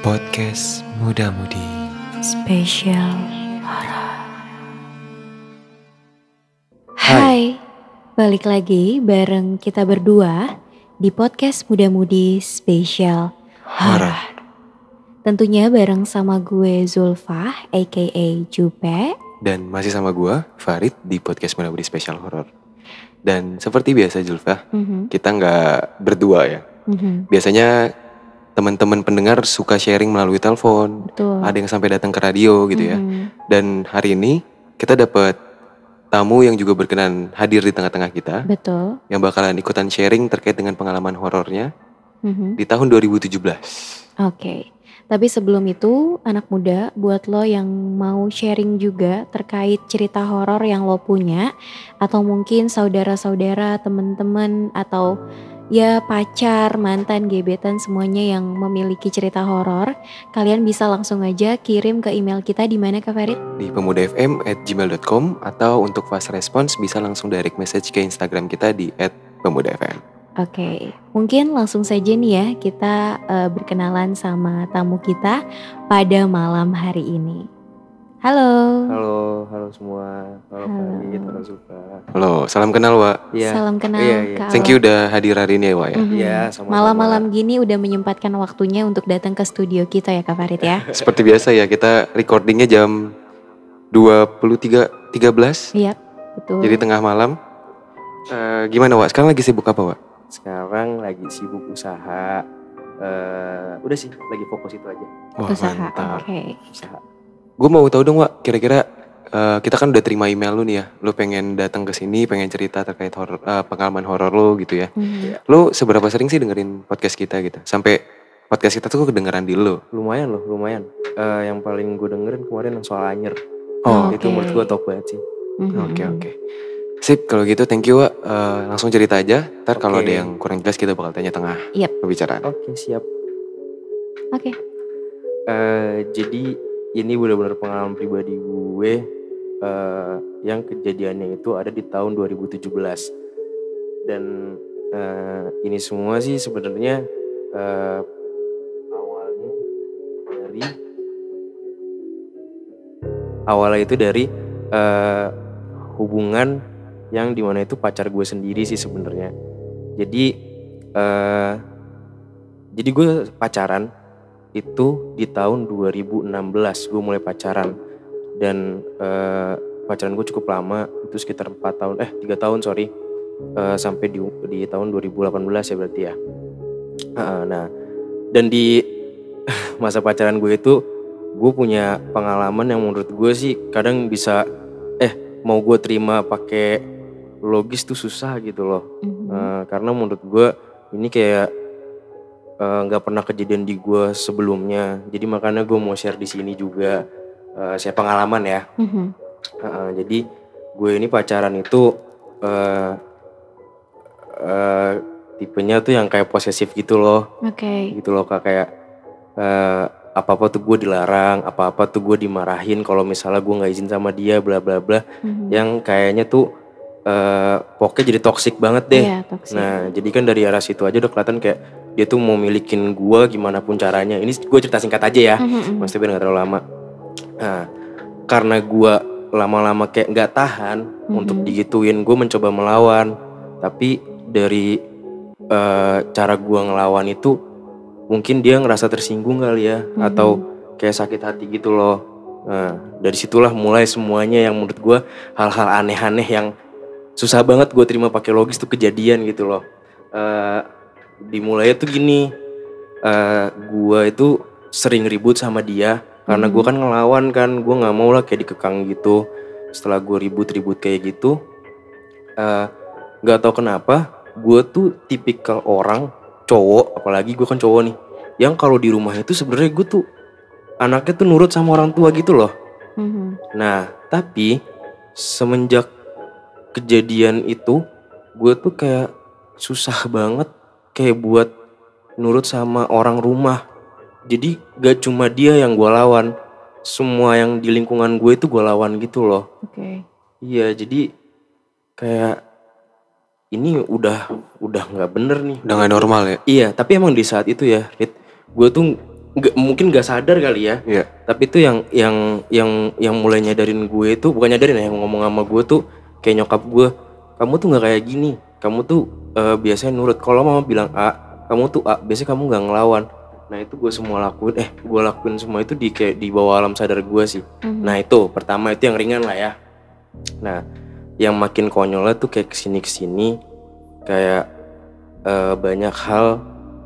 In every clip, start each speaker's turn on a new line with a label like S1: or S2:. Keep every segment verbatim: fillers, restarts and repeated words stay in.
S1: Podcast Muda Mudi
S2: Spesial Horor. Hai, balik lagi bareng kita berdua di podcast Muda Mudi Spesial Horor. Tentunya bareng sama gue Zulfa aka Jupe.
S1: Dan masih sama gue Farid di podcast Muda Mudi Spesial Horor. Dan seperti biasa Zulfa,
S2: mm-hmm.
S1: kita gak berdua ya.
S2: mm-hmm.
S1: Biasanya teman-teman pendengar suka sharing melalui telepon.
S2: Betul.
S1: Ada yang sampai datang ke radio gitu ya.
S2: mm-hmm.
S1: Dan hari ini kita dapat tamu yang juga berkenan hadir di tengah-tengah kita.
S2: Betul.
S1: Yang bakalan ikutan sharing terkait dengan pengalaman horornya
S2: mm-hmm.
S1: di tahun dua ribu tujuh belas.
S2: Oke, okay. Tapi sebelum itu anak muda, buat lo yang mau sharing juga terkait cerita horor yang lo punya, atau mungkin saudara-saudara, teman-teman, atau ya pacar, mantan, gebetan, semuanya yang memiliki cerita horor, kalian bisa langsung aja kirim ke email kita di mana Kak Farid?
S1: Di pemuda f m at gmail dot com, atau untuk fast response bisa langsung direct message ke Instagram kita di at pemuda f m.
S2: Oke, okay. Mungkin langsung saja nih ya kita uh, berkenalan sama tamu kita pada malam hari ini. Halo.
S3: Halo, halo semua. Halo Farid, halo Zulfa.
S1: Halo, salam kenal Wak.
S3: Ya.
S2: Salam kenal
S3: iya, iya.
S2: Kak.
S1: Thank you udah hadir hari ini ya Wak ya.
S2: Mm-hmm.
S3: Iya, sama-sama.
S2: Malam-malam gini udah menyempatkan waktunya untuk datang ke studio kita ya Kak Farid ya.
S1: Seperti biasa ya, kita recordingnya jam dua puluh tiga tiga belas.
S2: Iya, betul.
S1: Jadi tengah malam. uh, Gimana Wak, sekarang lagi sibuk apa Wak?
S3: Sekarang lagi sibuk usaha. Uh, udah sih, lagi fokus itu aja.
S1: Wah,
S2: usaha,
S1: mantap.
S2: oke. Okay.
S3: Usaha.
S1: Gue mau tahu dong Wak, kira-kira uh, kita kan udah terima email lu nih ya. Lu pengen datang ke sini, pengen cerita terkait horor, uh, pengalaman horor lu gitu ya.
S2: Mm-hmm.
S1: Lu seberapa sering sih dengerin podcast kita gitu? Sampai podcast kita tuh kedengeran di lu.
S3: Lumayan loh, lumayan. Uh, yang paling gue dengerin kemarin yang soal anyer.
S1: Oh,
S3: itu
S2: okay.
S3: menurut gue top banget sih.
S2: Mm-hmm.
S1: Oke oke. Sip, kalau gitu thank you Wak. Uh, langsung cerita aja. Ntar kalau
S3: Oke.
S1: ada yang kurang jelas kita bakal tanya tengah
S2: Yep.
S1: pembicaraan.
S3: Oke, siap.
S2: Oke. Okay.
S3: Uh, jadi ini benar-benar pengalaman pribadi gue uh, yang kejadiannya itu ada di tahun dua ribu tujuh belas. Dan uh, ini semua sih sebenarnya uh, awalnya dari awalnya itu dari uh, hubungan yang dimana itu pacar gue sendiri sih sebenarnya. Jadi uh, jadi gue pacaran itu di tahun dua ribu enam belas gue mulai pacaran. Dan uh, pacaran gue cukup lama, itu sekitar empat tahun eh tiga tahun sorry uh, sampai di di tahun dua ribu delapan belas ya berarti ya. Uh, nah dan di masa pacaran gue itu gue punya pengalaman yang menurut gue sih kadang bisa eh mau gue terima pakai logis tuh susah gitu loh.
S2: Mm-hmm.
S3: Uh, karena menurut gue ini kayak nggak uh, pernah kejadian di gue sebelumnya. Jadi makanya gue mau share di sini juga uh, share pengalaman ya.
S2: Mm-hmm.
S3: Uh, jadi gue ini pacaran itu uh, uh, tipenya tuh yang kayak posesif gitu loh.
S2: Oke. Okay.
S3: Gitu loh kak, kayak uh, apa-apa tuh gue dilarang, apa-apa tuh gue dimarahin kalau misalnya gue nggak izin sama dia, bla bla bla.
S2: Mm-hmm.
S3: Yang kayaknya tuh uh, pokoknya jadi toksik banget deh.
S2: Yeah, toxic.
S3: Nah jadi kan dari arah situ aja udah kelihatan kayak dia tuh mau milikin gue gimana pun caranya. Ini gue cerita singkat aja ya,
S2: mm-hmm.
S3: maksudnya biar gak terlalu lama. Nah karena gue lama-lama kayak gak tahan mm-hmm. untuk digituin, gue mencoba melawan. Tapi dari uh, cara gue ngelawan itu mungkin dia ngerasa tersinggung kali ya, mm-hmm. atau kayak sakit hati gitu loh. Nah dari situlah mulai semuanya yang menurut gue hal-hal aneh-aneh yang susah banget gue terima pakai logis tuh kejadian gitu loh. Uh, dimulai tuh gini, uh, gue itu sering ribut sama dia karena gue kan ngelawan kan, gue nggak mau lah kayak dikekang gitu. Setelah gue ribut-ribut kayak gitu, nggak uh, tahu kenapa gue tuh tipikal orang cowok, apalagi gue kan cowok nih, yang kalau di rumah itu sebenarnya gue tuh anaknya tuh nurut sama orang tua gitu loh. Mm-hmm. Nah tapi semenjak kejadian itu gue tuh kayak susah banget kayak buat nurut sama orang rumah. Jadi gak cuma dia yang gue lawan, semua yang di lingkungan gue itu gue lawan gitu loh.
S2: Oke. Okay.
S3: Iya jadi kayak ini udah udah nggak bener nih.
S1: Udah nggak normal ya?
S3: Iya tapi emang di saat itu ya, Rit, gue tuh nggak mungkin nggak sadar kali ya.
S1: Iya.
S3: Tapi itu yang yang yang yang mulai nyadarin gue itu bukan nyadarin ya, yang ngomong sama gue tuh kayak nyokap gue, kamu tuh nggak kayak gini, kamu tuh uh, biasanya nurut. Kalau mama bilang A, kamu tuh A, biasanya kamu nggak ngelawan. Nah itu gue semua lakuin, eh gue lakuin semua itu di kayak di bawah alam sadar gue sih. Mm-hmm. Nah itu pertama, itu yang ringan lah ya. Nah yang makin konyolnya tuh kayak kesini kesini kayak uh, banyak hal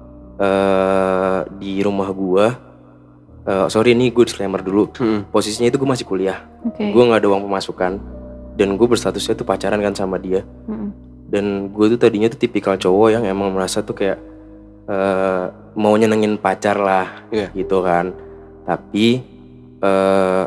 S3: uh, di rumah gue. Uh, sorry nih gue disclaimer dulu. Hmm. Posisinya itu gue masih kuliah, okay. Gue nggak ada uang pemasukan dan gue berstatusnya tuh pacaran kan sama dia. Hmm. Dan gue tuh tadinya tuh tipikal cowok yang emang merasa tuh kayak uh, mau nyenengin pacar lah, yeah. Gitu kan. Tapi uh,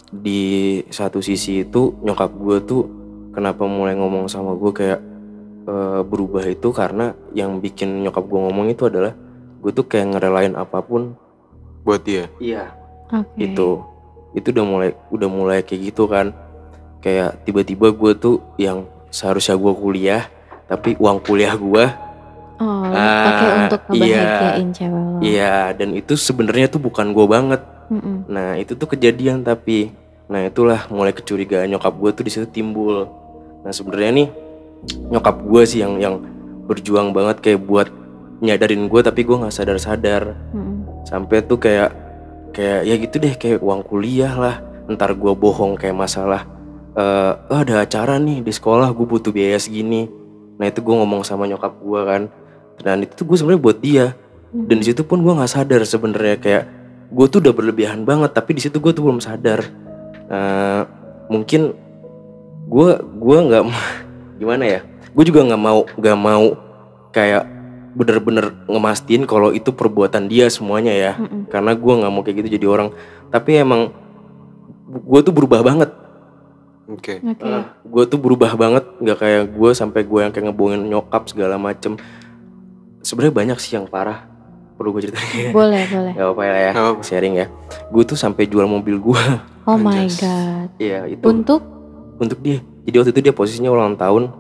S3: di satu sisi itu nyokap gue tuh kenapa mulai ngomong sama gue kayak uh, berubah itu karena yang bikin nyokap gue ngomong itu adalah gue tuh kayak ngerelain apapun buat dia. Iya. Okay. Itu itu udah mulai udah mulai kayak gitu kan. Kayak tiba-tiba gue tuh yang seharusnya gue kuliah, tapi uang kuliah gue
S2: oh, ah, pakai untuk ngebahagiain iya, cewek lo.
S3: Iya, dan itu sebenarnya tuh bukan gue banget. Mm-mm. Nah itu tuh kejadian tapi, nah itulah mulai kecurigaan nyokap gue tuh di situ timbul. Nah sebenarnya nih nyokap gue sih yang yang berjuang banget kayak buat nyadarin gue, tapi gue nggak sadar-sadar. Mm-mm. Sampai tuh kayak kayak ya gitu deh, kayak uang kuliah lah. Ntar gue bohong kayak masalah uh, oh, ada acara nih di sekolah, gue butuh biaya segini. Nah itu gue ngomong sama nyokap gue kan. Dan itu tuh gue sebenarnya buat dia. Dan di situ pun gue nggak sadar sebenarnya kayak gue tuh udah berlebihan banget. Tapi di situ gue tuh belum sadar. Uh, mungkin gue gue nggak gimana ya? Gue juga nggak mau nggak mau kayak bener-bener ngemastiin kalau itu perbuatan dia semuanya ya. Mm-mm. Karena gue gak mau kayak gitu jadi orang. Tapi emang gue tuh berubah banget. Oke. Okay. Okay. Uh, gue tuh berubah banget, gak kayak gue sampai gue yang kayak ngebohongin nyokap segala macem. Sebenarnya banyak sih yang parah. Perlu gue ceritain?
S2: Boleh, boleh.
S3: Gak apa-apa ya, oh. Sharing ya. Gue tuh sampai jual mobil gue.
S2: Oh my god.
S3: Iya itu.
S2: Untuk?
S3: Untuk dia. Jadi waktu itu dia posisinya ulang tahun.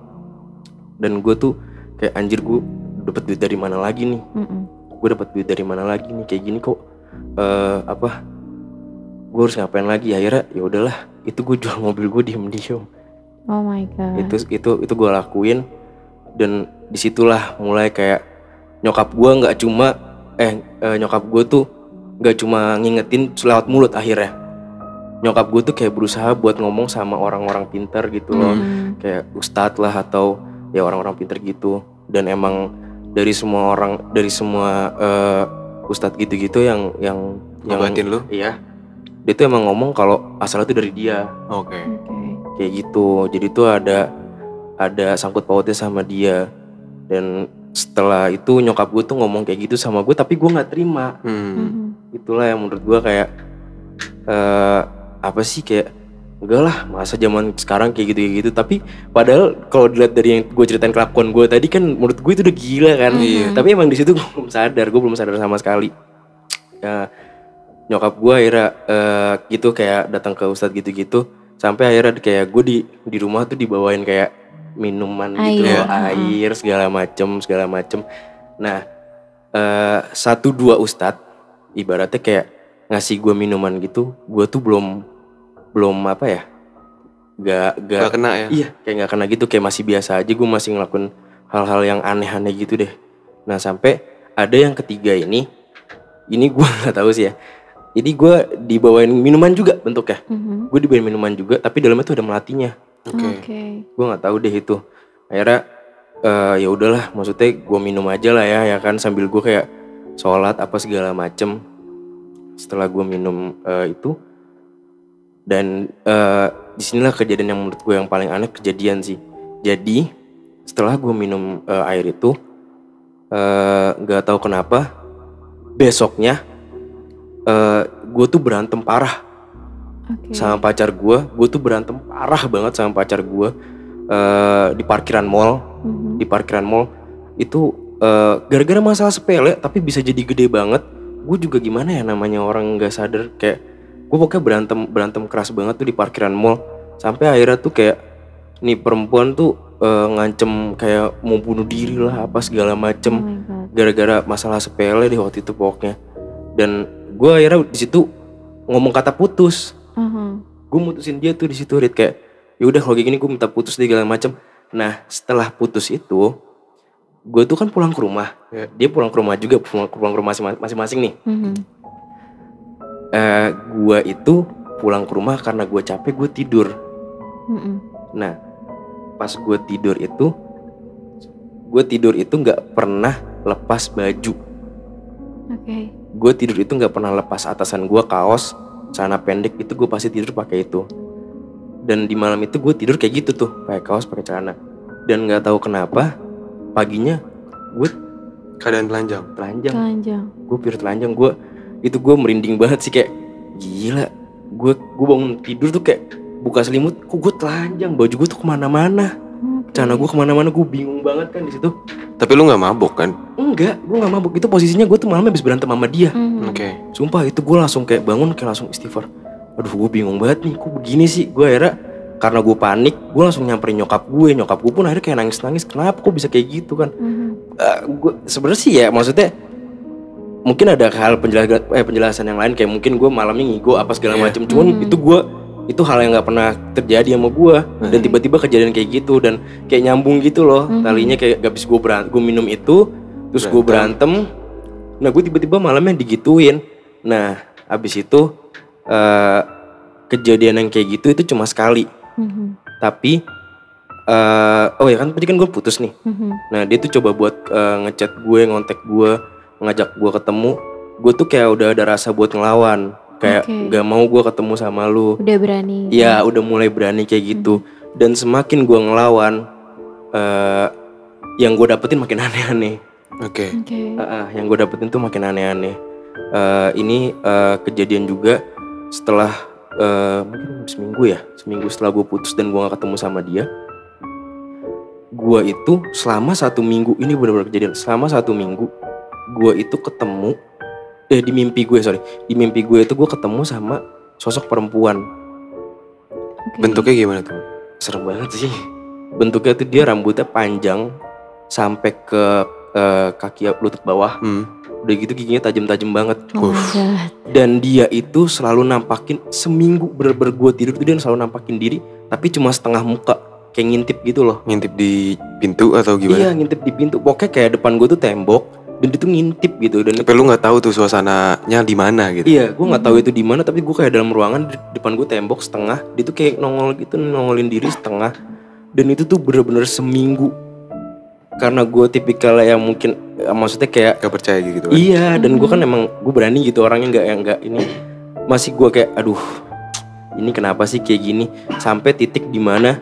S3: Dan gue tuh kayak anjir, gue dapat duit dari mana lagi nih? Gue dapat duit dari mana lagi nih? Kayak gini kok uh, apa? Gue harus ngapain lagi? Akhirnya ya udahlah, itu gue jual mobil gue diem-diem.
S2: Oh my god.
S3: Itu itu itu gue lakuin dan disitulah mulai kayak nyokap gue nggak cuma eh uh, nyokap gue tuh nggak cuma ngingetin lewat mulut akhirnya. Nyokap gue tuh kayak berusaha buat ngomong sama orang-orang pintar gitu loh, mm. kayak ustadz lah atau ya orang-orang pintar gitu. Dan emang dari semua orang, dari semua uh, ustadz gitu-gitu yang yang yang
S1: ngobatin lu?
S3: Iya. Dia tuh emang ngomong kalau asal itu dari dia.
S1: Oke. Okay.
S3: Okay. Kayak gitu. Jadi tuh ada ada sangkut pautnya sama dia. Dan setelah itu nyokap gue tuh ngomong kayak gitu sama gue, tapi gue nggak terima. Hmm. Itulah yang menurut gue kayak uh, apa sih kayak enggak lah, masa zaman sekarang kayak gitu kayak gitu. Tapi padahal kalau dilihat dari yang gue ceritain kelakuan gue tadi kan menurut gue itu udah gila kan. Mm-hmm. Tapi emang di situ gue belum sadar, gue belum sadar sama sekali. Ya, nyokap gue akhirnya uh, gitu kayak datang ke ustadz gitu-gitu. Sampai akhirnya kayak gue di di rumah tuh dibawain kayak minuman gitu, air, air segala macem segala macem. Nah uh, satu dua ustadz ibaratnya kayak ngasih gue minuman gitu, gue tuh belum belum apa ya, gak, gak,
S1: gak kena ya?
S3: Iya kayak gak kena gitu, kayak masih biasa aja. Gue masih ngelakuin hal-hal yang aneh-aneh gitu deh. Nah sampai ada yang ketiga ini, ini gue gak tahu sih ya. Jadi gue dibawain minuman juga bentuknya. Mm-hmm. Gue dibawain minuman juga, tapi dalamnya tuh ada melatinya. Oke. Okay. Okay. Gue gak tahu deh itu. Akhirnya uh, ya udahlah, maksudnya gue minum aja lah ya, ya kan sambil gue kayak sholat apa segala macem. Setelah gue minum uh, itu. Dan uh, disinilah kejadian yang menurut gue yang paling aneh kejadian sih. Jadi setelah gue minum uh, air itu, uh, gak tahu kenapa besoknya uh, gue tuh berantem parah. Okay. Sama pacar gue. Gue tuh berantem parah banget sama pacar gue uh, di parkiran mall. Mm-hmm. Di parkiran mall itu uh, gara-gara masalah sepele tapi bisa jadi gede banget. Gue juga gimana ya, namanya orang gak sadar kayak gue pokoknya berantem berantem keras banget tuh di parkiran mall. Sampai akhirnya tuh kayak nih perempuan tuh uh, ngancem kayak mau bunuh diri lah apa segala macem. Oh gara-gara masalah sepele deh waktu itu pokoknya. Dan gue akhirnya di situ ngomong kata putus.
S2: Uh-huh.
S3: Gue mutusin dia tuh di situ, Rit, kayak ya udah kalau kayak gini gue minta putus deh segala macem. Nah setelah putus itu gue tuh kan pulang ke rumah,
S1: Ya.
S3: dia pulang ke rumah juga, pulang, pulang ke rumah masing-masing nih.
S2: Uh-huh.
S3: Uh, gue itu pulang ke rumah karena gue capek, gue tidur.
S2: Uh-uh.
S3: Nah pas gue tidur itu, gue tidur itu nggak pernah lepas baju.
S2: Oke. Okay.
S3: Gue tidur itu nggak pernah lepas atasan gue, kaos, celana pendek itu gue pasti tidur pakai itu. Dan di malam itu gue tidur kayak gitu tuh, pakai kaos, pakai celana. Dan nggak tahu kenapa paginya gue
S1: Keadaan telanjang.
S3: telanjang.
S2: Telanjang.
S3: Gue pure telanjang. Gue itu gue merinding banget sih, kayak gila. Gue gue bangun tidur tuh kayak buka selimut, kok gue telanjang, baju gue tuh kemana-mana,
S2: Okay.
S3: celana gue kemana-mana, gue bingung banget kan di situ.
S1: Tapi lu nggak mabok kan?
S3: Enggak, gue nggak mabuk. Itu posisinya gue tuh malamnya habis berantem sama dia.
S2: Uh-huh.
S1: Oke. Okay.
S3: Sumpah itu gue langsung kayak bangun kayak langsung istighfar. Aduh gue bingung banget nih, kok begini sih. Gue akhirnya karena gue panik, gue langsung nyamperin nyokap gue. Nyokap gue pun akhirnya kayak nangis-nangis. Kenapa kok bisa kayak gitu kan?
S2: Uh-huh.
S3: Uh, gue sebenarnya sih ya maksudnya mungkin ada hal penjelasan eh, penjelasan yang lain, kayak mungkin gue malamnya ngigo apa segala
S1: Yeah.
S3: macam. Cuman
S2: Mhm.
S3: itu gue itu hal yang nggak pernah terjadi sama gue. Dan tiba-tiba kejadian kayak gitu dan kayak nyambung gitu loh.
S2: Mhm.
S3: Talinya kayak gak bisa gue berant- gue minum itu, terus gue berantem. Nah gue tiba-tiba malamnya digituin. Nah abis itu uh, kejadian yang kayak gitu itu cuma sekali.
S2: Uh-huh.
S3: Tapi uh, oh ya kan tadi kan gue putus nih.
S2: Uh-huh.
S3: Nah dia tuh coba buat uh, ngechat gue, ngontek gue, ngajak gue ketemu. Gue tuh kayak udah ada rasa buat ngelawan, kayak
S2: Oke.
S3: gak mau gue ketemu sama lu.
S2: Udah berani.
S3: Ya udah mulai berani kayak gitu. Dan semakin gue ngelawan, uh, yang gue dapetin makin aneh-aneh.
S1: Oke.
S2: Oke.
S3: Uh, uh, yang gue dapetin tuh makin aneh-aneh. Uh, ini uh, kejadian juga setelah uh, mungkin seminggu ya, seminggu setelah gue putus dan gue gak ketemu sama dia. Gue itu selama satu minggu, ini benar-benar kejadian, selama satu minggu gue itu ketemu, eh di mimpi gue sorry, di mimpi gue itu gue ketemu sama sosok perempuan.
S2: Oke.
S1: Bentuknya gimana tuh?
S3: Serem banget sih. Bentuknya tuh dia rambutnya panjang sampai ke uh, kaki lutut bawah.
S1: Hmm.
S3: Udah gitu giginya tajam-tajam banget.
S2: Oh my god.
S3: Dan dia itu selalu nampakin seminggu bener-bener gue tidur tuh dia selalu nampakin diri, tapi cuma setengah muka, kayak ngintip gitu loh.
S1: Ngintip di pintu atau gimana?
S3: Iya ngintip di pintu. Pokoknya kayak depan gue tuh tembok dan dia tuh ngintip gitu. Dan
S1: Tapi lu nggak tahu tuh suasananya di mana gitu.
S3: iya gue nggak tahu itu di mana, tapi gue kayak dalam ruangan di depan gue tembok setengah, dia tuh kayak nongol gitu, nongolin diri setengah. Dan itu tuh bener-bener seminggu. Karena gue tipikal yang mungkin eh, maksudnya kayak
S1: Gak percaya gitu kan?
S3: iya, dan gue kan emang gue berani gitu orangnya, nggak yang nggak ini masih gue kayak aduh ini kenapa sih kayak gini, sampai titik dimana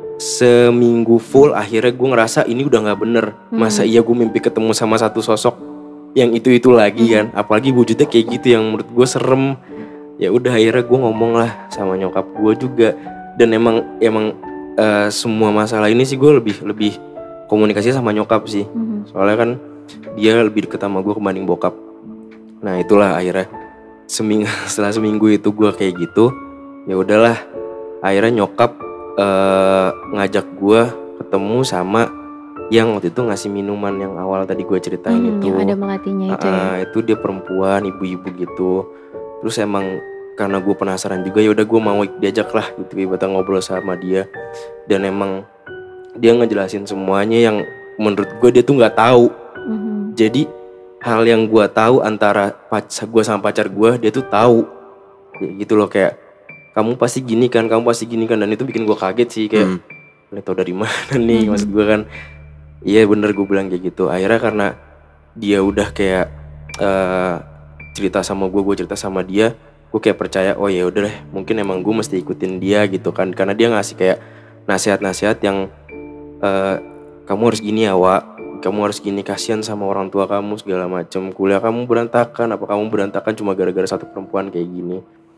S3: seminggu full akhirnya gue ngerasa ini udah nggak bener. Masa iya gue mimpi ketemu sama satu sosok yang itu itu lagi kan, apalagi wujudnya kayak gitu yang menurut gue serem. Ya udah akhirnya gue ngomong lah sama nyokap gue juga, dan emang emang uh, semua masalah ini sih gue lebih lebih komunikasi sama nyokap sih.
S2: Mhm.
S3: Soalnya kan dia lebih deket sama gue kebanding bokap. Nah itulah akhirnya seminggu setelah seminggu itu gue kayak gitu, ya udahlah akhirnya nyokap uh, ngajak gue ketemu sama yang waktu itu ngasih minuman yang awal tadi gue ceritain
S2: Hmm,
S3: itu.
S2: yang ada melatinya itu ya.
S3: Ah, itu dia perempuan, ibu-ibu gitu. Terus emang karena gue penasaran juga, ya udah gue mau diajak lah gitu, ibaratnya ngobrol sama dia. Dan emang dia ngejelasin semuanya yang menurut gue dia tuh nggak tahu.
S2: Mhm.
S3: Jadi hal yang gue tahu antara pacar gue sama pacar gue, dia tuh tahu. Kayak gitu loh, kayak kamu pasti gini kan, kamu pasti gini kan, dan itu bikin gue kaget sih kayak,
S1: Hmm.
S3: "Lo tau dari mana nih?"
S2: Mhm.
S3: Maksud gue kan, iya bener gue bilang kayak gitu. Akhirnya karena dia udah kayak uh, cerita sama gue, gue cerita sama dia, gue kayak percaya, oh ya udah deh, mungkin emang gue mesti ikutin dia gitu kan, karena dia ngasih kayak nasihat-nasihat yang uh, kamu harus gini ya Wak, kamu harus gini, kasihan sama orang tua kamu segala macem, kuliah kamu berantakan, apa kamu berantakan cuma gara-gara satu perempuan kayak gini.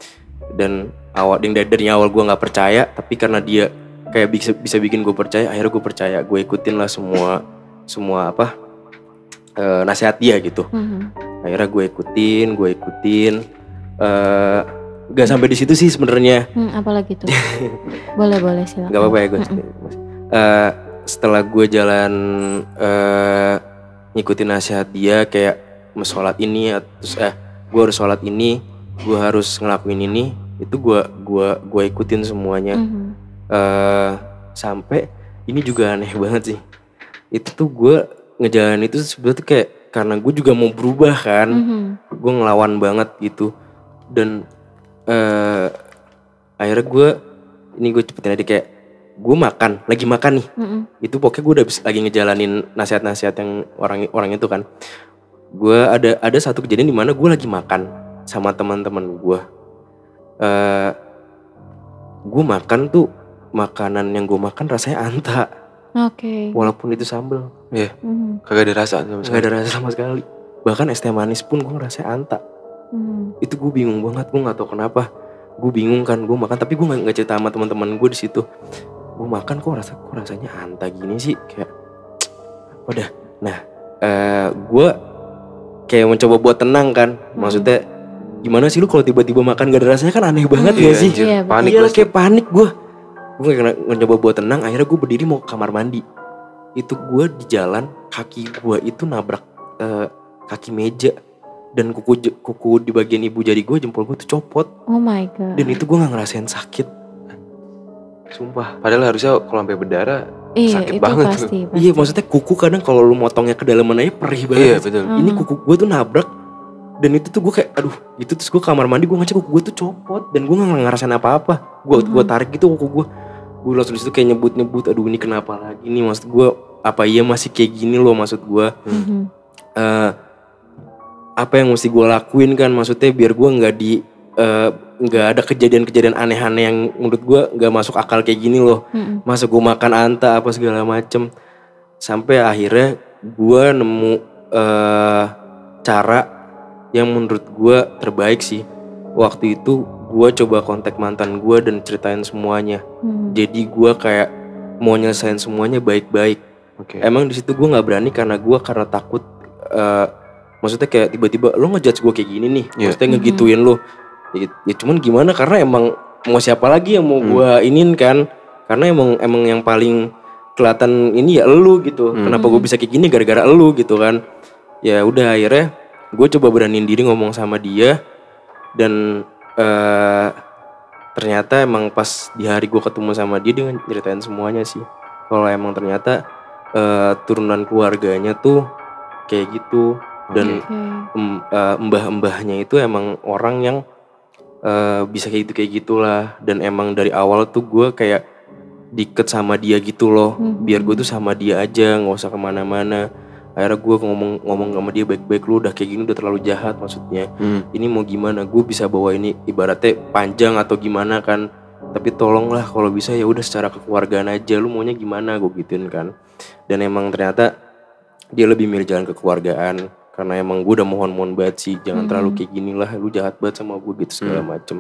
S3: Dan awal dari dari awal gue nggak percaya, tapi karena dia kayak bisa bisa bikin gue percaya, akhirnya gue percaya, gue ikutin lah semua semua apa uh, nasihat dia gitu.
S2: Mhm.
S3: Akhirnya gue ikutin, gue ikutin. Uh, gak sampai di situ sih sebenarnya.
S2: Hmm, apalagi tuh? Boleh boleh silakan.
S3: Gak apa-apa ya gue. Uh, setelah gue jalan uh, ngikutin nasihat dia, kayak sholat ini, terus eh gue harus sholat ini, gue harus ngelakuin ini, itu gue gua gua ikutin semuanya.
S2: Mhm.
S3: uh, Sampai ini juga aneh banget sih, itu tuh gue ngejalanin itu sebetulnya tuh kayak karena gue juga mau berubah kan.
S2: Mhm.
S3: Gue ngelawan banget gitu. Dan uh, akhirnya gue ini gue cepetin aja kayak gue makan lagi makan nih.
S2: Mhm.
S3: Itu pokoknya gue udah lagi ngejalanin nasihat-nasihat yang orang orang itu kan. Gue ada ada satu kejadian di mana gue lagi makan sama teman-teman gue. Uh, gue makan tuh makanan yang gue makan rasanya anta.
S2: Oke.
S3: Walaupun itu sambel.
S1: Iya.
S2: Mhm.
S1: Kagak ada rasa sama
S3: Gak
S1: sekali.
S3: ada rasa sama sekali. Bahkan es teh manis pun gue ngerasa anta.
S2: Mhm.
S3: Itu gue bingung banget, gue nggak tahu kenapa. Gue bingung kan, gue makan tapi gue nggak nggak cerita sama teman-teman gue di situ. Gue makan kok rasa kok rasanya anta gini sih kayak. Udah. Nah, uh, gue kayak mencoba buat tenang kan. Maksudnya gimana sih lu kalau tiba-tiba makan gak ada rasanya kan aneh banget
S1: Iya,
S3: gak sih?
S1: anjir.
S2: Iya,
S1: Panik
S3: Iya
S1: lah.
S3: kayak panik gue. Gue kayak mencoba buat tenang. Akhirnya gue berdiri mau ke kamar mandi. Itu gue di jalan kaki gue itu nabrak uh, kaki meja. Dan kuku kuku di bagian ibu jari gue, jempol gue tuh copot.
S2: Oh my god.
S3: Dan itu gue gak ngerasain sakit. Sumpah.
S1: Padahal harusnya kalau sampai berdarah
S2: Iya,
S1: sakit
S2: itu
S1: banget
S2: pasti,
S1: tuh.
S2: pasti.
S3: Iya maksudnya kuku kadang kalau lu motongnya ke dalaman aja perih banget.
S1: Iya betul.
S2: Hmm.
S3: Ini kuku gue tuh nabrak. Dan itu tuh gue kayak aduh itu terus gue kamar mandi gue ngecek kuku gue tuh copot. Dan gue gak ngerasain apa-apa. Gue
S2: Mhm.
S3: gue tarik gitu kuku gue. Gue langsung disitu kayak nyebut-nyebut. Aduh ini kenapa lagi nih, maksud gue apa iya masih kayak gini loh maksud gue.
S2: Mhm.
S3: uh, Apa yang mesti gue lakuin kan, maksudnya biar gue nggak di uh, nggak ada kejadian-kejadian aneh-aneh yang menurut gue nggak masuk akal kayak gini loh.
S2: Mhm.
S3: Masa gue makan anta apa segala macem. Sampai akhirnya gue nemu uh, cara yang menurut gue terbaik sih. Waktu itu gue coba kontak mantan gue dan ceritain semuanya.
S2: Mhm.
S3: Jadi gue kayak mau nyelesain semuanya baik-baik.
S1: Oke.
S3: Emang di situ gue nggak berani karena gue karena takut. Uh, maksudnya kayak tiba-tiba lo ngejudge gue kayak gini nih.
S1: Yeah.
S3: Maksudnya ngegituin lo. Ya, ya cuman gimana karena emang mau siapa lagi yang mau
S1: Hmm.
S3: gue inin kan. Karena emang emang yang paling kelihatan ini ya elu gitu.
S1: Hmm.
S3: Kenapa gue bisa kayak gini gara-gara elu gitu kan. Ya udah akhirnya gue coba beraniin diri ngomong sama dia. Dan uh, ternyata emang pas di hari gue ketemu sama dia, dia nyeritain semuanya sih. Kalau emang ternyata uh, turunan keluarganya tuh kayak gitu. Dan
S2: Oke.
S3: em, uh, mbah-mbahnya itu emang orang yang uh, bisa kayak gitu kayak gitulah. Dan emang dari awal tuh gue kayak diket sama dia gitu loh.
S2: Mhm.
S3: Biar gue tuh sama dia aja, nggak usah kemana-mana. Akhirnya gue ngomong ngomong sama dia baik-baik, lu udah kayak gini udah terlalu jahat maksudnya.
S1: Hmm.
S3: Ini mau gimana? Gue bisa bawa ini ibaratnya panjang atau gimana kan? Tapi tolonglah kalau bisa ya udah secara kekeluargaan aja. Lu maunya gimana? Gue gituin kan. Dan emang ternyata dia lebih milih jalan kekeluargaan. Karena emang gue udah mohon-mohon banget sih, jangan
S2: Hmm.
S3: terlalu kayak gini lah, lu jahat banget sama gue gitu segala
S1: Hmm.
S3: macem.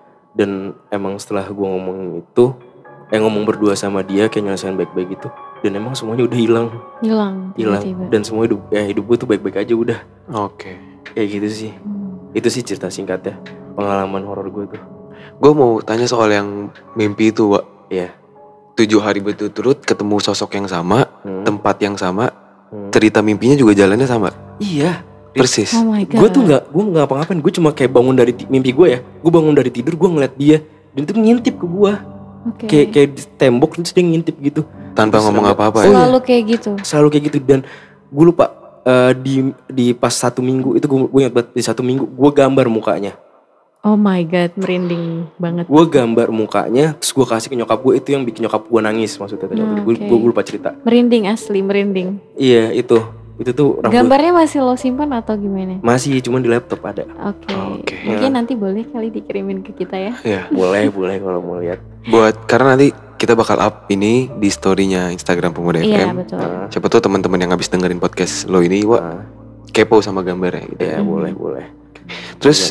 S3: Dan emang setelah gue ngomong itu, eh ngomong berdua sama dia kayak nyelesain baik-baik gitu. Dan emang semuanya udah hilang,
S2: Hilang
S3: hilang.
S2: tiba-tiba.
S3: Dan semua hidup, ya hidup gue tuh baik-baik aja udah.
S1: Oke.
S3: Kayak gitu sih.
S2: Hmm.
S3: Itu sih cerita singkatnya, pengalaman horor gue tuh.
S1: Gue mau tanya soal yang mimpi itu, Wak.
S3: Iya.
S1: Tujuh hari berturut-turut ketemu sosok yang sama,
S3: Hmm.
S1: tempat yang sama,
S3: Hmm.
S1: cerita mimpinya juga jalannya sama.
S3: Iya.
S1: Persis.
S2: Oh my god.
S3: Gue tuh nggak, gue nggak apa-ngapain. Gue cuma kayak bangun dari ti- mimpi gue ya. Gue bangun dari tidur, gue ngeliat dia dan itu ngintip ke gue.
S2: Oke.
S3: Kayak kayak di tembok terus dia ngintip gitu.
S1: Tanpa
S3: Terus
S1: ngomong
S3: sampai-
S1: apa-apa
S3: Oh,
S1: ya.
S3: iya.
S2: Selalu kayak gitu.
S3: Selalu kayak gitu. Dan gue lupa eh, di di pas satu minggu itu gue gue ingat banget di satu minggu gue gambar mukanya.
S2: Oh my god, merinding banget.
S3: Gue gambar mukanya terus gue kasih ke nyokap gue, itu yang bikin nyokap gue nangis maksudnya tadi.
S2: Hmm,
S3: Gue
S2: oke.
S3: gue lupa cerita.
S2: Merinding asli, merinding.
S3: Iya itu itu tuh rambut
S2: Gambarnya masih lo simpan atau gimana?
S3: masih cuma di laptop ada.
S2: Oke.
S1: Oke.
S2: Mungkin nanti boleh kali dikirimin ke kita ya.
S1: Ya.
S3: Boleh boleh kalau mau lihat.
S1: Buat karena nanti kita bakal up ini di story-nya Instagram Pemuda
S2: Iya
S1: F M.
S2: betul.
S3: Nah,
S1: Siapa tuh teman-teman yang habis dengerin podcast lo ini, Wak,
S3: nah,
S1: kepo sama gambarnya gitu.
S3: ya
S2: Hmm.
S3: boleh boleh.
S1: Terus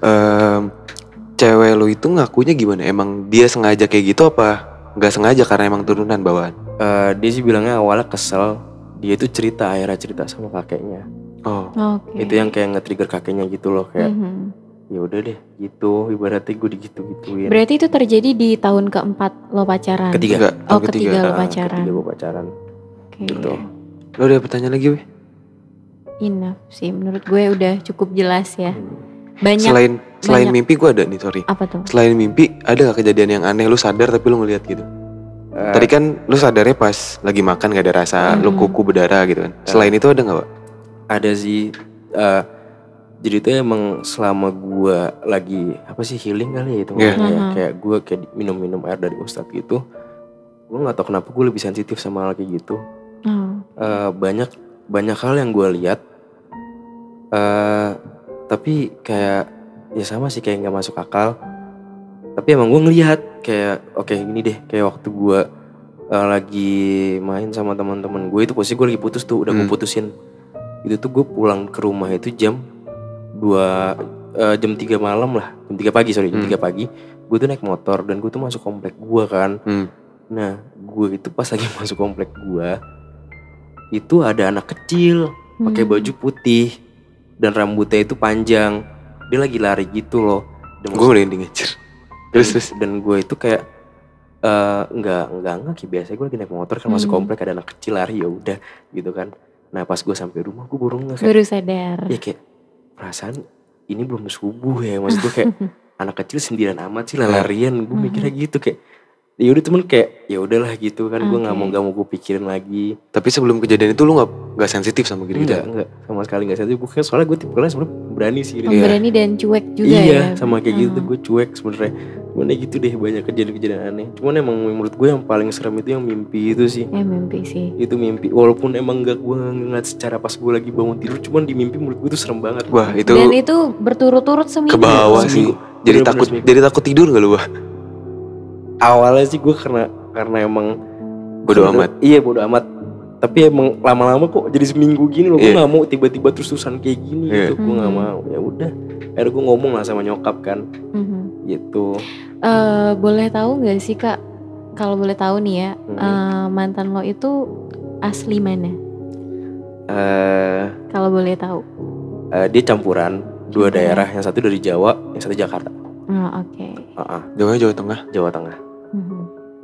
S1: em, cewek lo itu ngakunya gimana? Emang dia sengaja kayak gitu apa nggak sengaja karena emang turunan bawaan?
S3: Eh, dia sih bilangnya awalnya kesel. Dia itu cerita, akhirnya cerita sama kakeknya.
S1: Oh,
S2: Oke.
S3: Itu yang kayak nge-trigger kakeknya gitu loh, kayak
S2: Mhm.
S3: ya udah deh gitu, ibaratnya gue digitu-gituin.
S2: Berarti itu terjadi di tahun keempat lo pacaran?
S3: Ketiga.
S1: enggak,
S2: Oh
S1: tahun
S2: ketiga lo
S3: Ah,
S2: pacaran.
S3: Ketiga gue pacaran.
S2: Oke.
S3: Gitu.
S1: Lo ada pertanyaan lagi, weh?
S2: Enough sih, menurut gue udah cukup jelas ya.
S3: Hmm.
S2: Banyak.
S1: Selain selain
S2: banyak.
S1: mimpi gue ada nih, sorry.
S2: Apa tuh?
S1: Selain mimpi ada gak kejadian yang aneh lu sadar tapi lu ngeliat gitu?
S3: Uh,
S1: Tadi kan lu sadarnya pas lagi makan gak ada rasa,
S2: Hmm.
S1: lu kuku berdarah gitu kan. Selain itu ada gak, Pak?
S3: Ada sih. Uh, jadi itu emang selama gue lagi apa sih healing kali ya itu
S1: Yeah.
S3: ngomongnya ya.
S2: Uh-huh.
S3: Kayak gue kayak minum-minum air dari ustadz gitu. Gue nggak tahu kenapa gue lebih sensitif sama hal kayak gitu.
S2: Oh.
S3: Uh, banyak banyak hal yang gue lihat. Uh, tapi kayak ya sama sih kayak nggak masuk akal. Tapi emang gue ngelihat kayak oke okay, gini deh kayak waktu gue uh, lagi main sama teman-teman gue itu posisi gue lagi putus tuh udah
S1: Hmm.
S3: gue putusin. Itu tuh gue pulang ke rumah itu jam dua uh, jam tiga malam lah jam tiga pagi sorry jam
S1: Hmm.
S3: tiga pagi gue tuh naik motor dan gue tuh masuk komplek gue kan.
S1: Hmm.
S3: Nah gue itu pas lagi masuk komplek gue itu ada anak kecil pakai
S2: Hmm.
S3: baju putih dan rambutnya itu panjang, dia lagi lari gitu loh. Dan
S1: Gue merinding anjir. Terus terus.
S3: dan gue itu kayak eh enggak enggak enggak kayak biasa gue lagi naik motor kan masuk
S2: Hmm.
S3: komplek ada anak kecil lari ya udah gitu kan. Nah pas gue sampai rumah gue baru nggak kayak
S2: Baru sadar.
S3: ya kayak perasaan ini belum subuh ya, maksud gue kayak anak kecil sendirian amat sih larian. Gue mikirnya gitu kayak ya udah temen kayak ya udahlah gitu kan. Gue nggak
S2: Oke.
S3: mau nggak mau gue pikirin lagi.
S1: Tapi sebelum kejadian itu lu nggak nggak sensitif sama gitu gitu?
S3: Enggak enggak sama sekali nggak sensitif. Gue soalnya gue tipe-tipenya sebenarnya berani sih.
S2: Oh,
S3: Iya.
S2: berani dan cuek juga
S3: iya,
S2: ya.
S3: sama kayak gitu
S2: Hmm.
S3: gue cuek sebenarnya. Cuman ya gitu deh banyak kejadian-kejadian aneh. Cuman emang menurut gue yang paling serem itu yang mimpi itu sih.
S2: Ya mimpi sih.
S3: Itu mimpi walaupun emang gak gue ngeliat secara pas gue lagi bangun tidur, cuman di mimpi menurut gue itu serem banget.
S1: Wah itu
S2: Dan itu berturut-turut seminggu.
S1: ke bawah
S3: Seminggu.
S1: sih.
S3: Seminggu.
S1: Jadi
S3: Bener-bener
S1: takut
S3: seminggu.
S1: jadi takut tidur gak lu, Wah?
S3: Awalnya sih gue karena karena emang
S1: Bodo
S3: karena-
S1: amat.
S3: Iya bodo amat. Tapi emang lama-lama kok jadi seminggu gini loh. Gue
S1: Iya.
S3: nggak mau tiba-tiba terus-terusan kayak gini
S1: Iya.
S3: gitu. Gue nggak
S2: Mhm.
S3: mau. Ya udah. Akhirnya gue ngomong lah sama nyokap kan.
S2: Mhm.
S3: Gitu.
S2: Eh, boleh tahu nggak sih Kak, kalau boleh tahu nih ya,
S3: Hmm.
S2: eh, mantan lo itu asli mana?
S3: Eh,
S2: Kalau boleh tahu.
S3: eh, dia campuran dua
S2: Campuran.
S3: daerah. Yang satu dari Jawa, yang satu Jakarta.
S2: Oh, oke.
S3: Uh-uh,
S1: Jawa Jawa Tengah.
S3: Jawa Tengah.
S2: Mhm.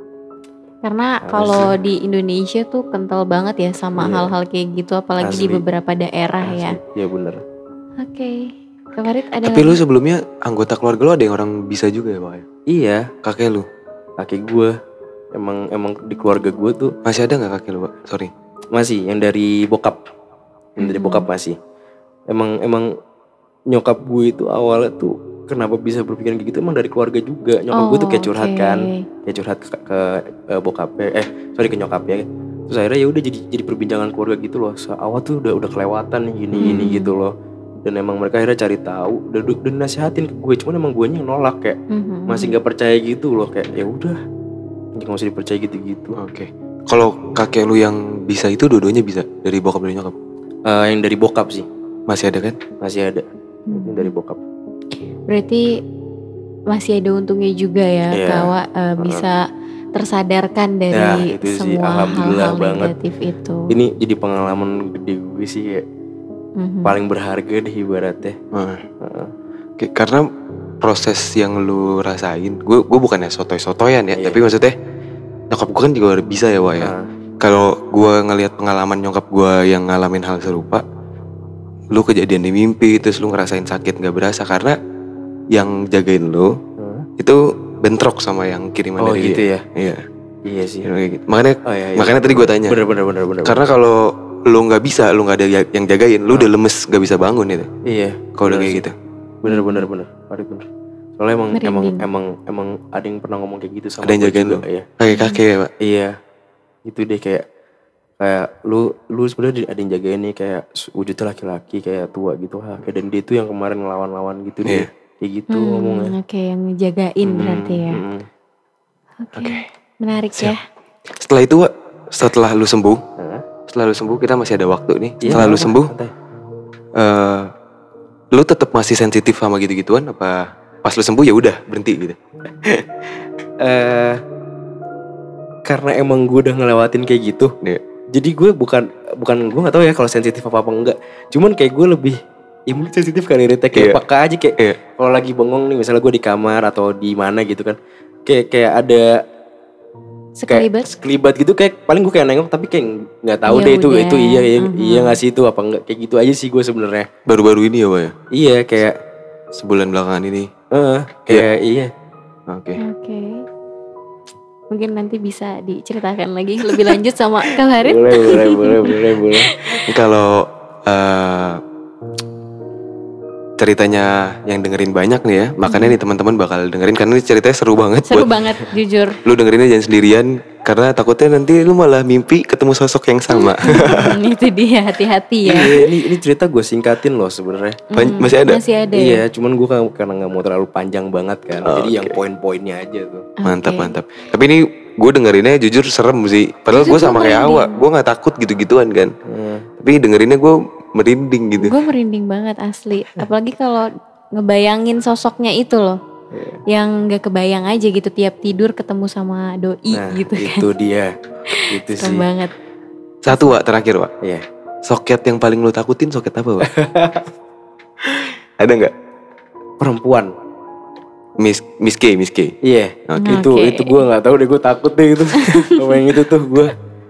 S2: Karena
S3: Harus
S2: kalau di Indonesia tuh kental banget ya sama
S3: Iya.
S2: hal-hal kayak gitu, apalagi di
S3: Asli.
S2: beberapa daerah ya.
S3: Iya bener.
S2: Oke. Kak Farid ada
S1: Tapi
S2: lagi?
S1: lu sebelumnya anggota keluarga lu ada yang orang bisa juga ya, Pak?
S3: Iya,
S1: Kakek lu.
S3: kakek gue emang emang di keluarga gue tuh
S1: Masih ada gak kakek lu, Pak? Sorry.
S3: masih yang dari bokap, yang dari
S2: Hmm.
S3: bokap masih. Emang emang nyokap gue itu awalnya tuh kenapa bisa berpikiran kayak gitu emang dari keluarga juga. Nyokap gue tuh kayak
S2: Oh,
S3: curhat
S2: oke.
S3: kan, kayak curhat ke, ke, eh, bokapnya, eh sorry ke nyokapnya. Terus akhirnya ya udah jadi jadi perbincangan keluarga gitu loh. Awal tuh udah udah kelewatan nih gini gini
S2: Hmm.
S3: gitu loh. Dan emang mereka akhirnya cari tahu dan, dan nasihatin ke gue. Cuman emang gue yang nolak kayak
S2: Mhm.
S3: masih nggak percaya gitu loh kayak ya udah nggak usah dipercaya gitu-gitu.
S1: Oke. Kalau kakek lu yang bisa itu dua-duanya bisa dari bokap dan nyokap.
S3: Eh, yang dari bokap sih
S1: Masih ada kan?
S3: masih ada
S2: Hmm.
S3: yang dari bokap.
S2: Berarti masih ada untungnya juga ya,
S3: Iya.
S2: Kawa eh, bisa tersadarkan dari
S3: Ya, itu sih,
S2: semua
S3: alhamdulillah
S2: hal-hal
S3: banget.
S2: negatif itu.
S3: Ini jadi pengalaman gede gue sih kayak
S2: Mhm.
S3: paling berharga deh ibaratnya.
S1: Nah,
S3: Heeh.
S1: Oke, karena proses yang lu rasain, gue gue bukannya sotoy-sotoyan ya,
S3: Iya.
S1: tapi maksudnya nyokap gue kan juga udah bisa ya, Wak ya.
S3: Nah,
S1: Kalau gue ngelihat pengalaman nyokap gue yang ngalamin hal serupa, lu kejadian di mimpi, terus lu ngerasain sakit nggak berasa karena yang jagain lu
S3: heeh.
S1: itu bentrok sama yang kiriman
S3: Oh
S1: dari
S3: gitu
S1: dia.
S3: ya.
S1: Iya,
S3: Iya sih.
S1: kayak gitu. Makanya
S3: Oh iya, iya.
S1: makanya tadi gue tanya.
S3: Bener bener bener bener.
S1: Karena kalau lu nggak bisa, lu nggak ada ya- yang jagain, lu udah lemes, nggak bisa bangun itu.
S3: iya.
S1: Kalau udah
S3: bener
S1: kayak
S3: sih.
S1: gitu.
S3: Bener bener bener. Farid bener. Soalnya emang
S2: Merinding.
S3: emang emang emang ada yang pernah ngomong kayak gitu sama
S1: Ada yang
S3: gue
S1: jagain
S3: juga,
S1: lu?
S3: Iya.
S1: Kayak kakek ya, Pak.
S3: Iya. Itu deh kayak kayak lu lu sebenarnya ada yang jagain nih kayak wujudnya laki-laki kayak tua gitu ha. Kayak dan dia tuh yang kemarin ngelawan-lawan gitu
S1: Iya.
S3: deh. Kayak gitu
S2: Hmm,
S3: ngomongnya.
S2: Oke, yang ngejagain
S3: Hmm,
S2: berarti ya.
S3: hmm.
S2: Oke.
S1: Oke.
S2: Menarik
S1: Siap.
S2: ya.
S1: Setelah itu, Wak, setelah lu sembuh,
S3: Hah?
S1: setelah lu sembuh kita masih ada waktu nih.
S3: Iya,
S1: setelah lu
S3: apa-apa,
S1: sembuh,
S3: santai.
S1: eh lu tetap masih sensitif sama gitu-gituan apa pas lu sembuh ya udah berhenti gitu?
S3: eh karena emang gue udah ngelewatin kayak gitu.
S1: Iya.
S3: Jadi gue bukan bukan gue nggak tahu ya kalau sensitif apa apa enggak. Cuman kayak gue lebih ya mungkin sensitif kali ya kayak
S1: Iya.
S3: peka aja kayak
S1: Iya.
S3: kalau lagi bengong nih misalnya gue di kamar atau di mana gitu kan. Kayak kayak ada
S2: Sekelibat.
S3: kayak sekelibat gitu kayak paling gue kayak nengok tapi kayak nggak tahu
S2: Ya
S3: deh itu
S2: udah.
S3: itu iya iya,
S2: Mhm.
S3: iya nggak sih itu apa enggak kayak gitu aja sih gue sebenarnya.
S1: Baru-baru ini ya, Wak ya?
S3: Iya kayak
S1: sebulan belakangan ini.
S3: Heeh, kayak iya.
S1: Oke.
S2: Oke. Mungkin nanti bisa diceritakan lagi lebih lanjut sama Kak Farid.
S3: Boleh, boleh, boleh, boleh, boleh.
S1: Kalau uh, ceritanya yang dengerin banyak nih ya, makanya nih teman-teman bakal dengerin karena ini ceritanya seru banget.
S2: Seru
S1: buat
S2: banget jujur.
S1: lu dengerinnya jangan sendirian karena takutnya nanti lu malah mimpi ketemu sosok yang sama.
S2: Hmm, itu dia, hati-hati ya.
S3: Iya, ini ini cerita gue singkatin loh sebenarnya.
S2: Hmm,
S1: Masih ada?
S2: Masih ada.
S3: Iya,
S2: Ya?
S3: cuman gue kan karena nggak mau terlalu panjang banget kan.
S1: Oh,
S3: Jadi
S1: oke.
S3: yang poin-poinnya aja tuh.
S1: Mantap
S2: Oke.
S1: mantap. Tapi ini gue dengerinnya jujur serem sih. Padahal
S2: Jujur
S1: gue
S2: gua
S1: sama kayak
S2: merinding.
S1: Awa, gue nggak takut gitu-gituan kan.
S3: Hmm.
S1: Tapi dengerinnya gue merinding gitu.
S2: Gue merinding banget asli. Apalagi kalau ngebayangin sosoknya itu loh.
S3: Iya.
S2: Yang gak kebayang aja gitu tiap tidur ketemu sama doi
S3: Nah,
S2: gitu kan.
S3: itu dia. Itu
S2: Serem
S3: sih.
S2: banget.
S1: Satu Wak, terakhir Wak.
S3: Iya.
S1: Soket yang paling lu takutin soket apa Wak? Ada nggak?
S3: Perempuan.
S1: Miss Miss K, Miss K.
S3: Iya.
S1: Oke.
S3: Itu
S2: Oke.
S3: itu gue nggak tahu deh, gue takut deh itu. Sama yang itu tuh gue.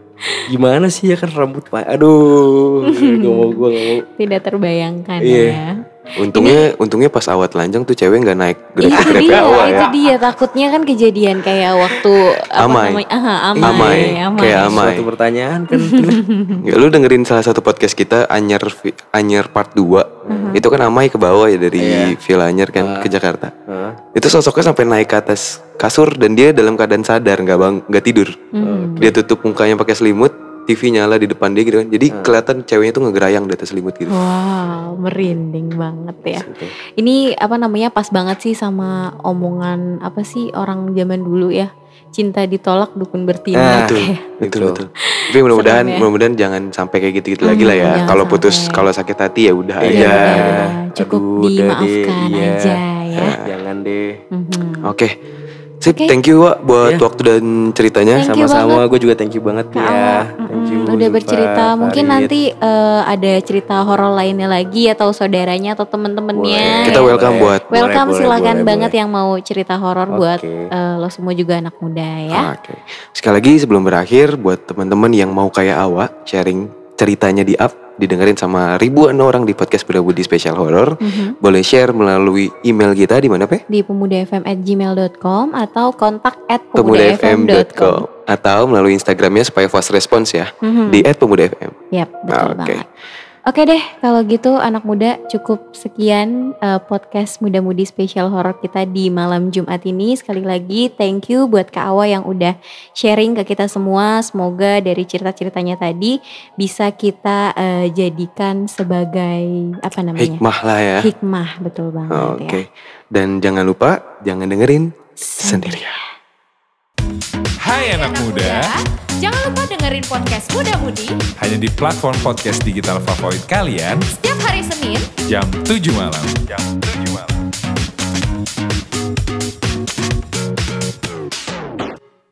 S3: Gimana sih ya kan rambut pak. Aduh. Gue mau gue nggak mau.
S2: Tidak terbayangkan
S3: Iya.
S2: ya.
S1: Untungnya untungnya pas Awa telanjang tuh cewek nggak naik
S2: Itu
S1: grepe-grepe
S2: dia,
S1: Awa
S2: itu
S1: ya.
S2: dia takutnya kan kejadian kayak waktu apa
S1: Amai.
S2: namanya? Aha, amai,
S1: Amai.
S2: amai.
S1: Kayak amai.
S3: Suatu pertanyaan kan.
S1: Ya, lu dengerin salah satu podcast kita Anyer Vi- Anyer part dua. Itu kan Amai ke bawah ya dari
S3: Iya.
S1: Villa Anyer kan ke Jakarta.
S3: Heeh.
S1: Itu sosoknya sampai naik ke atas kasur dan dia dalam keadaan sadar, nggak bang, nggak tidur.
S2: Hmm.
S1: Dia tutup mukanya pakai selimut, T V nyala di depan dia gitu kan. Jadi kelihatan ceweknya tuh ngegerayang di atas selimut gitu.
S2: Wow, merinding banget ya.
S3: Gitu.
S2: Ini apa namanya pas banget sih sama omongan apa sih orang zaman dulu ya. Cinta ditolak dukun bertindak.
S3: Nah,
S1: Betul,
S2: Kayak,
S1: betul,
S3: Betul.
S1: betul. Tapi mudah-mudahan,
S2: Serem ya.
S1: mudah-mudahan jangan sampai kayak gitu-gitu
S2: Hmm,
S1: lagi lah ya.
S2: jangan
S1: Kalau putus,
S2: sampai.
S1: kalau sakit hati ya udah
S3: Iya,
S1: aja.
S2: udah, cukup
S3: Aduh, udah deh,
S2: dimaafkan
S3: iya.
S2: aja ya.
S3: Jangan deh.
S2: Mhm.
S1: Oke, sip.
S2: Oke.
S1: Thank you Wak buat
S3: Iya.
S1: waktu dan ceritanya.
S2: Thank you
S3: Sama-sama,
S2: banget.
S3: gue juga thank you banget
S2: Kak
S3: ya.
S2: Awa,
S3: Thank you.
S2: mm-mm, udah
S3: Zulfa,
S2: bercerita. Mungkin
S3: Farid.
S2: nanti eh, ada cerita horor lainnya lagi atau saudaranya atau temen-temennya.
S3: Boleh.
S1: Kita welcome buat.
S2: Welcome,
S3: Boleh,
S2: silakan
S3: boleh,
S2: banget
S3: boleh.
S2: yang mau cerita horor
S3: Oke.
S2: buat eh, lo semua juga anak muda ya.
S1: Oke. Sekali lagi sebelum berakhir buat teman-teman yang mau kayak Awa sharing ceritanya di up didengerin sama ribuan orang di podcast Buda Budi Special Horror.
S2: Mhm.
S1: Boleh share melalui email kita di mana Pe?
S2: Di pemudafm at gmail dot com atau kontak at
S1: pemuda f m
S2: pemudafm
S1: dot
S2: dot com.
S1: com atau melalui Instagramnya supaya fast response ya
S2: Mhm.
S1: di at pemuda f m.
S2: Yap, betul
S1: Oke.
S2: banget. Oke deh, kalau gitu anak muda cukup sekian eh, podcast Muda Mudi Special Horror kita di malam Jumat ini. Sekali lagi thank you buat Kak Awa yang udah sharing ke kita semua. Semoga dari cerita-ceritanya tadi bisa kita eh, jadikan sebagai apa namanya?
S1: Hikmah lah ya.
S2: Hikmah, betul banget
S1: Oke.
S2: ya.
S1: Dan jangan lupa jangan dengerin sendirian.
S4: Hai anak muda,
S5: Jangan lupa dengerin podcast Muda Mudi
S4: hanya di platform podcast digital favorit kalian
S5: setiap hari Senin
S4: jam tujuh malam. Jam tujuh